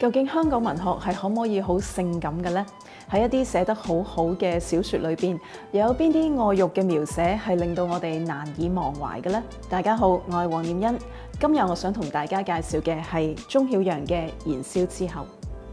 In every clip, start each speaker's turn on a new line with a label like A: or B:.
A: 究竟香港文學係可唔可以好性感嘅呢？喺一啲寫得好好嘅小説裏邊，又有邊啲愛慾嘅描寫係令到我哋難以忘懷嘅呢？大家好，我係黃念欣，今日我想同大家介紹嘅係鍾曉陽嘅《燃燒之後》。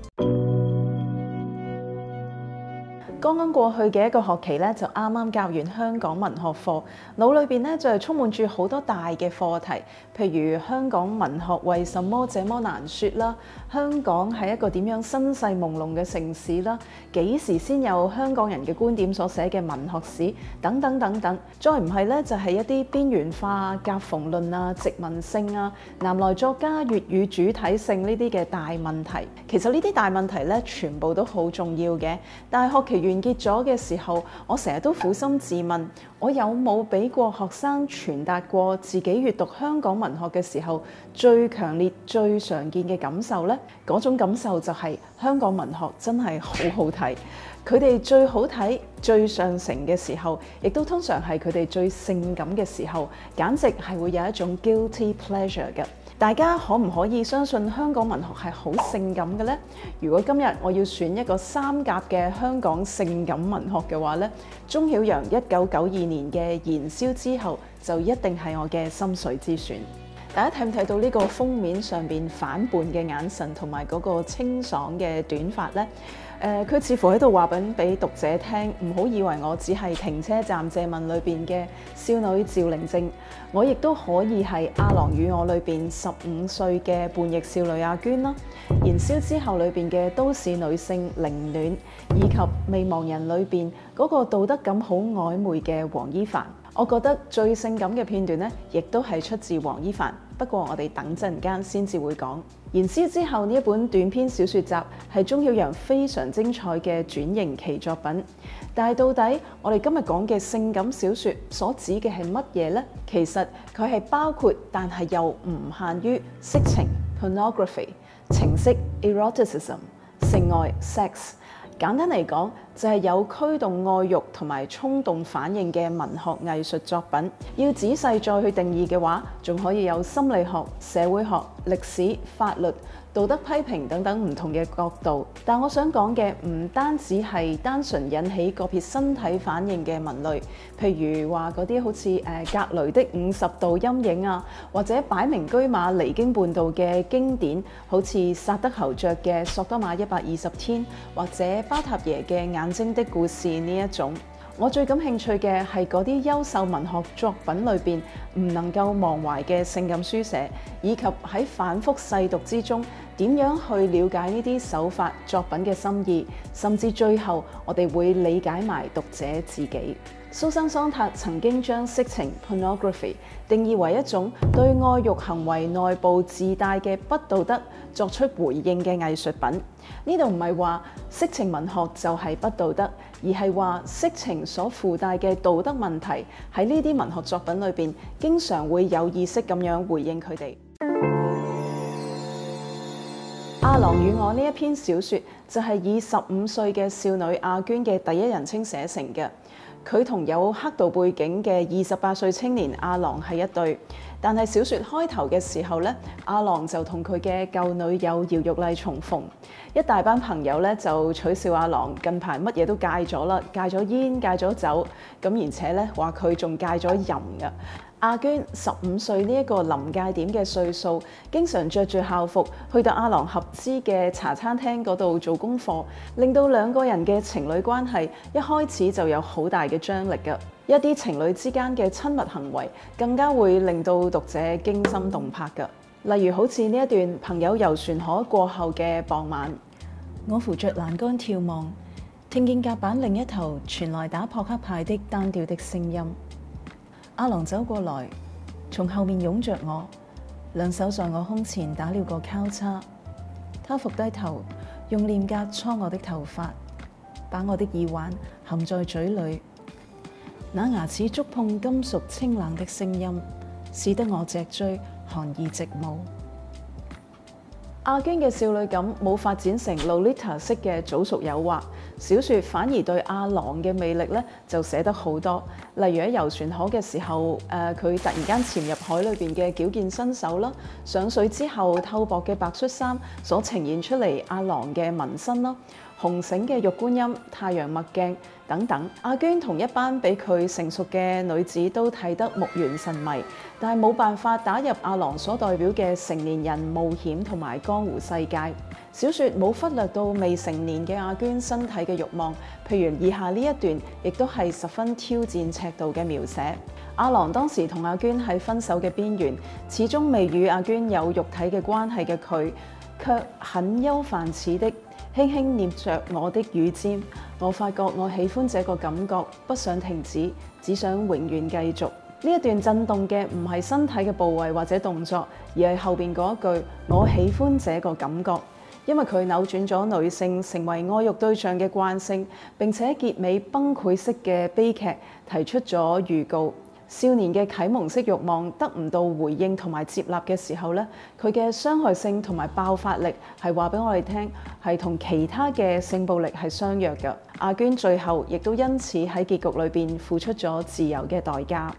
A: 剛剛過去嘅一個學期咧，就啱啱教完香港文學課，腦裏邊咧就係充滿住好多大嘅課題，譬如香港文學為什麼這麼難說啦，香港係一個點樣身世朦朧嘅城市啦，幾時先有香港人嘅觀點所寫嘅文學史等等等等，再唔係咧就係一啲邊緣化、夾縫論啊、殖民性啊、南來作家粵語主體性呢啲嘅大問題。其實呢啲大問題咧，全部都好重要嘅，但係學期完結咗嘅時候，我成日都苦心自問，我有冇俾過學生傳達過自己閱讀香港文學嘅時候最強烈、最常見嘅感受呢？嗰種感受就係香港文學真係好好睇。佢哋最好睇、最上乘嘅時候，亦都通常係佢哋最性感嘅時候，簡直係會有一種 guilty pleasure 嘅。大家可唔可以相信香港文學係好性感嘅呢？如果今日我要選一個三甲嘅香港性感文學嘅話呢，鍾曉陽1992年嘅《燃燒之後》就一定係我嘅心水之選。大家睇唔睇到呢個封面上邊反叛嘅眼神同埋嗰個清爽嘅短髮呢？佢似乎喺度話緊俾讀者聽，唔好以為我只係停車站借問裏邊嘅少女趙靈靜，我亦都可以係《阿郎與我》裏邊15歲嘅叛逆少女阿娟啦，《燃燒之後》裏邊嘅都市女性凌暖，以及《未亡人》裏邊嗰個道德感好曖昧嘅黃伊凡。我覺得最性感嘅片段呢，亦都係出自黃伊凡。不過我哋等陣間先至會講。燃燒之後呢一本短篇小説集係鍾曉陽非常精彩嘅轉型期作品。但係到底我哋今日講嘅性感小説所指嘅係乜嘢呢？其實佢係包括，但係又唔限於色情 （pornography）、情色 （eroticism）、性愛 （sex）。簡單嚟講，就係有驅動愛慾同埋衝動反應嘅文學藝術作品。要仔細再去定義嘅話，仲可以有心理學、社會學、歷史、法律、道德批評等等唔同嘅角度。但我想講嘅唔單止係單純引起個別身體反應嘅文類，譬如話嗰啲好似格雷的50度陰影啊，或者擺明車馬離經叛道嘅經典，好似薩德侯爵嘅《索多瑪120天》，或者巴塔耶嘅《眼睛的故事》呢一種。我最感興趣嘅係嗰啲優秀文學作品裏邊唔能夠忘懷嘅性感書寫，以及喺反覆細讀之中點樣去了解呢啲手法作品嘅心意，甚至最後我哋會理解埋讀者自己。蘇珊·桑塔曾經將色情 （pornography） 定義為一種對愛慾行為內部自帶嘅不道德作出回應嘅藝術品。呢度唔係話色情文學就係不道德，而係話色情所附帶嘅道德問題喺呢啲文學作品裏邊，經常會有意識咁樣回應佢哋。《阿郎與我》呢一篇小説就係以15歲嘅少女阿娟嘅第一人稱寫成嘅。佢同有黑道背景嘅28歲青年阿郎係一對，但係小説開頭嘅時候咧，阿郎就同佢嘅舊女友姚玉麗重逢，一大班朋友咧就取笑阿郎近排乜嘢都戒咗啦，戒咗煙、戒咗酒，咁而且咧話佢仲戒咗淫㗎。阿娟15歲呢一個臨界點嘅歲數，經常着住校服去到阿郎合資嘅茶餐廳嗰度做功課，令到兩個人嘅情侶關係一開始就有好大嘅張力㗎。一啲情侶之間嘅親密行為更加會令到讀者驚心動魄㗎。例如好似呢一段朋友遊船河過後嘅傍晚，我扶着欄杆眺望，聽見甲板另一頭傳來打撲克牌的單調的聲音。阿郎走過來，從後面擁着我，兩手在我胸前打了個交叉。他伏低頭，用臉頰搓我的頭髮，把我的耳環含在嘴裏。那牙齒觸碰金屬清冷的聲音，使得我脊椎寒意直冒。 阿娟嘅少女感冇發展成 Lolita 式嘅早熟誘惑，小説反而對阿郎嘅魅力咧就寫得好多。例如喺遊船河嘅時候，佢突然間潛入海裏邊嘅矯健身手啦，上水之後透薄嘅白恤衫所呈現出嚟阿郎嘅紋身啦，紅繩嘅玉觀音、太陽墨鏡等等。阿娟同一班比佢成熟嘅女子都睇得目眩神迷，但係冇辦法打入阿郎所代表嘅成年人冒險同埋江湖世界。小説冇忽略到未成年嘅阿娟身體嘅慾望，譬如以下呢一段，亦都係十分挑戰尺度嘅描寫。阿郎當時同阿娟喺分手嘅邊緣，始終未與阿娟有肉體嘅關係嘅佢，卻很憂煩似的輕輕捏着我的乳尖。我發覺我喜歡這個感覺，不想停止，只想永遠繼續。呢一段震動嘅唔係身體嘅部位或者動作，而係後邊嗰一句我喜歡這個感覺，因為佢扭轉咗女性成為愛慾對象嘅慣性，並且結尾崩潰式嘅悲劇提出咗預告。少年嘅啟蒙式慾望得唔到回應同埋接納嘅時候咧，佢嘅傷害性同埋爆發力係話俾我哋聽，係同其他嘅性暴力係相若嘅。阿娟最後亦都因此喺結局裏邊付出咗自由嘅代價。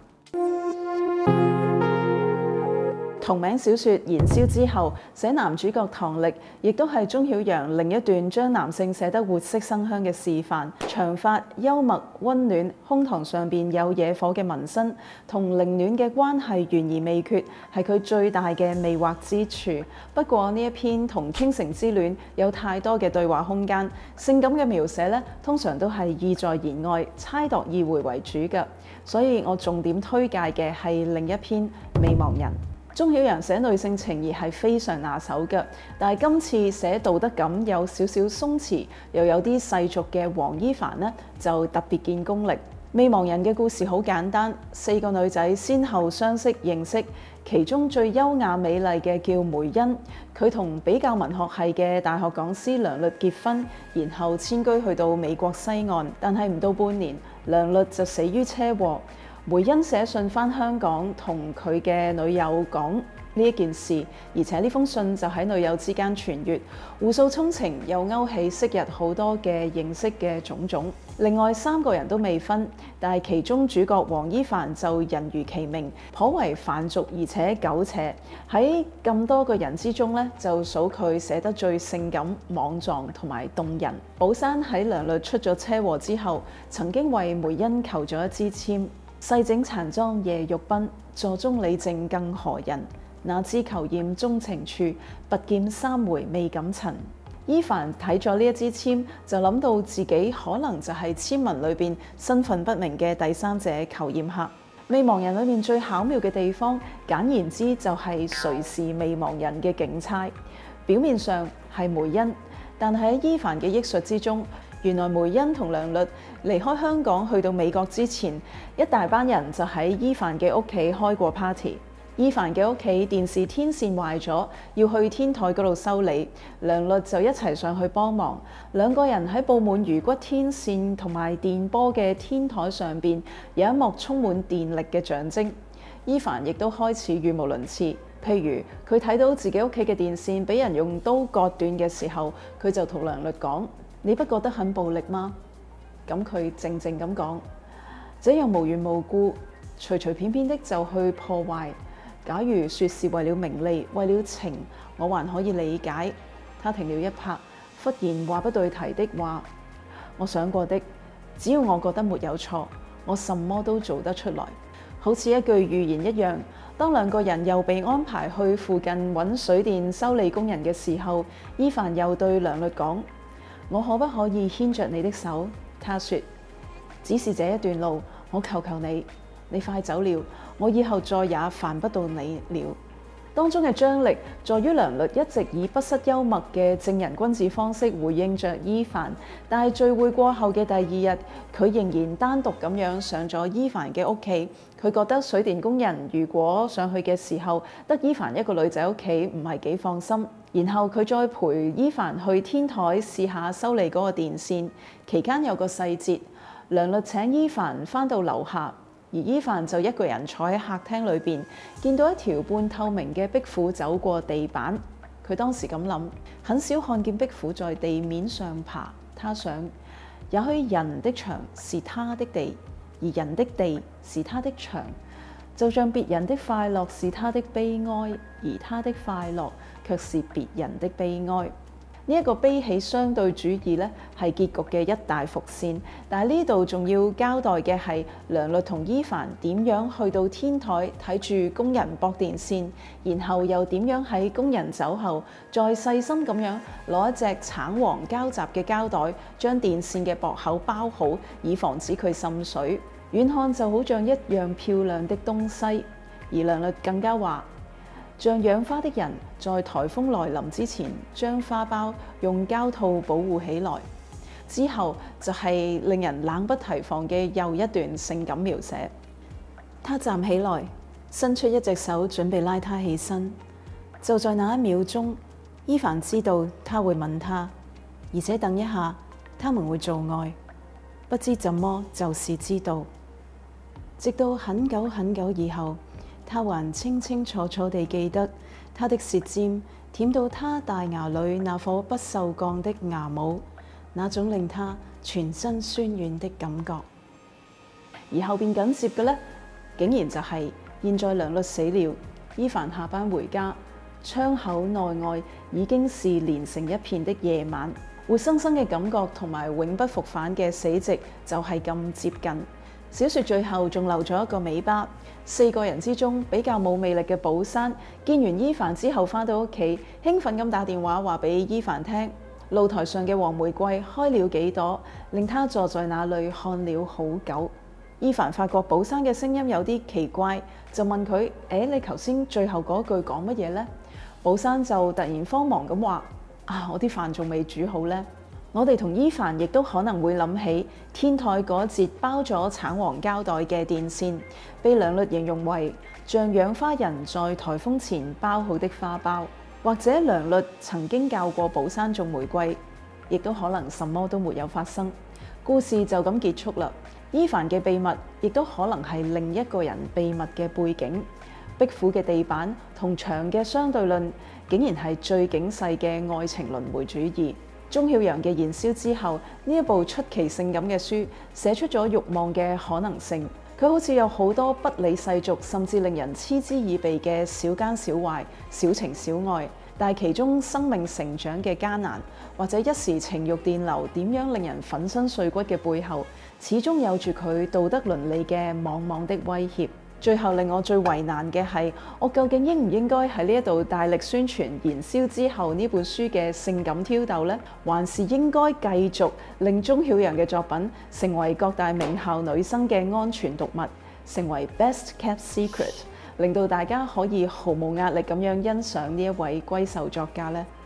A: 同名小説《燃燒》之後，寫男主角唐力，亦都係鍾曉陽另一段將男性寫得活色生香嘅示範。長髮、幽默、溫暖，胸膛上邊有野火嘅紋身，同凌暖嘅關係懸而未決，係佢最大嘅魅惑之處。不過呢一篇同傾城之戀有太多嘅對話空間，性感嘅描寫咧，通常都係意在言外，猜度意會為主嘅。所以我重點推介嘅係另一篇《未亡人》。鍾曉陽寫女性情義係非常拿手嘅，但係今次寫道德感有少少鬆弛，又有啲世俗嘅黃伊帆呢，就特別見功力。未亡人嘅故事好簡單，4個女仔先後相識認識，其中最優雅美麗嘅叫梅欣，佢同比較文學系嘅大學講師梁律結婚，然後遷居去到美國西岸，但係唔到半年，梁律就死於車禍。梅欣寫信返香港同佢嘅女友講呢一件事，而且呢封信就喺女友之間傳閱，互訴衷情，又勾起昔日好多嘅認識嘅種種。另外3個人都未婚，但係其中主角黃伊帆就人如其名，頗為凡俗而且苟且。喺咁多個人之中咧，就數佢寫得最性感、莽撞同埋動人。寶山喺梁律出咗車禍之後，曾經為梅欣求咗一支簽。細整殘妝夜欲奔，座中理靜更何人？哪知求驗鍾情處，拔劍3回未敢陳。伊帆睇咗呢一支簽，就諗到自己可能就係簽文裏邊身份不明嘅第三者求驗客。未亡人裏面最巧妙嘅地方，簡言之就係誰是未亡人嘅警差。表面上係梅欣，但喺伊帆嘅憶述之中，原來梅欣同梁律離開香港去到美國之前，一大班人就喺伊帆嘅屋企開過 party。伊帆嘅屋企電視天線壞咗，要去天台嗰度修理，梁律就一齊上去幫忙。兩個人喺佈滿魚骨天線同埋電波嘅天台上邊，有一幕充滿電力嘅象徵。伊帆亦都開始語無倫次，譬如佢睇到自己屋企嘅電線俾人用刀割斷嘅時候，佢就同梁律講：你不覺得很暴力嗎？咁佢靜靜咁講：這樣無緣無故、隨隨便便的就去破壞。假如說是為了名利、為了情，我還可以理解。他停了一拍，忽然話不對題的話：我想過的，只要我覺得沒有錯，我什麼都做得出來。好似一句預言一樣。當兩個人又被安排去附近揾水電修理工人嘅時候，伊帆又對梁律講：我可不可以牽着你的手？他說：只是這一段路，我求求你，你快走了，我以後再也煩不到你了。當中嘅張力在於梁律一直以不失幽默嘅正人君子方式回應着伊帆，但係聚會過後嘅第二日，佢仍然單獨咁樣上咗伊帆嘅屋企。佢覺得水電工人如果上去嘅時候得伊帆一個女仔屋企唔係幾放心。然後佢再陪伊帆去天台試下修理嗰個電線。期間有個細節，梁律請伊帆返到樓下。而伊帆就一個人坐喺客廳裏邊，見到一條半透明嘅壁虎走過地板， 佢當時咁諗：很少看見壁虎在地面上爬。他想，也許人的牆是他的地，而人的地是他的牆，就像別人的快樂是他的悲哀，而他的快樂卻是別人的悲哀。呢一個悲喜相對主義咧，係結局嘅一大伏線。但係呢度仲要交代嘅係梁律同伊凡點樣去到天台睇住工人駁電線，然後又點樣喺工人走後，再細心咁樣攞一隻橙黃交雜嘅膠袋，將電線嘅駁口包好，以防止佢滲水。遠看就好像一樣漂亮的東西。而梁律更加話，像養花的人在颱風來臨之前，將花苞用膠套保護起來。之後就係令人冷不提防嘅又一段性感描寫。他站起來，伸出一隻手準備拉他起身。就在那一秒鐘，伊凡知道他會吻他，而且等一下他們會做愛。不知怎麼就是知道，直到很久很久以後，他還清清楚楚地記得他的舌尖舔到他大牙裏那顆不鏽鋼的牙帽，那種令他全身酸軟的感覺。而後邊緊接嘅呢，竟然就係現在梁律死了，伊凡下班回家，窗口內外已經是連成一片的夜晚，活生生嘅感覺同埋永不復返嘅死寂就係咁接近。小説最後仲留咗一個尾巴，4個人之中比較冇魅力嘅寶山見完伊凡之後返到屋企，興奮咁打電話話俾伊凡聽，露台上嘅黃玫瑰開了幾朵，令他坐在那裡看了好久。伊凡發覺寶山嘅聲音有啲奇怪，就問佢：你頭先最後嗰句講乜嘢呢？寶山就突然慌忙咁話：我啲飯仲未煮好呢。我哋同伊凡亦都可能會諗起天台嗰節包咗橙黃膠袋嘅電線，被梁律形容為像養花人在颱風前包好的花苞，或者梁律曾經教過寶山種玫瑰，亦都可能什麼都沒有發生，故事就咁結束啦。伊凡嘅秘密亦都可能係另一個人秘密嘅背景。壁虎嘅地板同牆嘅相對論，竟然係最警世嘅愛情輪迴主義。鍾曉陽嘅《燃燒》之後，呢一部出奇性感嘅書寫出咗慾望嘅可能性。佢好似有好多不理世俗，甚至令人嗤之以鼻嘅小奸小壞、小情小愛，但係其中生命成長嘅艱難，或者一時情慾電流點樣令人粉身碎骨嘅背後，始終有住佢道德倫理嘅莽莽的威脅。最後令我最為難嘅係，我究竟應唔應該喺呢一度大力宣傳《燃燒》之後呢本書嘅性感挑逗呢？還是應該繼續令鍾曉陽嘅作品成為各大名校女生嘅安全讀物，成為 best kept secret，令到大家可以毫無壓力咁樣欣賞呢一位閨秀作家呢？